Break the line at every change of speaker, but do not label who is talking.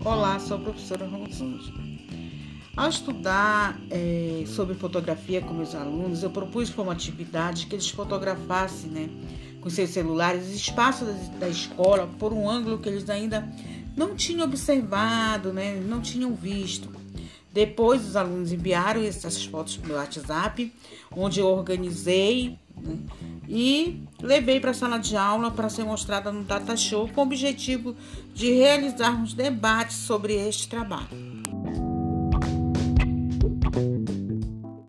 Olá, sou a professora Rosângela. Ao estudar sobre fotografia com meus alunos, eu propus como atividade que eles fotografassem, com seus celulares, os espaços da escola por um ângulo que eles ainda não tinham observado, não tinham visto. Depois, os alunos enviaram essas fotos para o meu WhatsApp, onde eu organizei, e levei para a sala de aula para ser mostrada no Data Show, com o objetivo de realizarmos debates sobre este trabalho.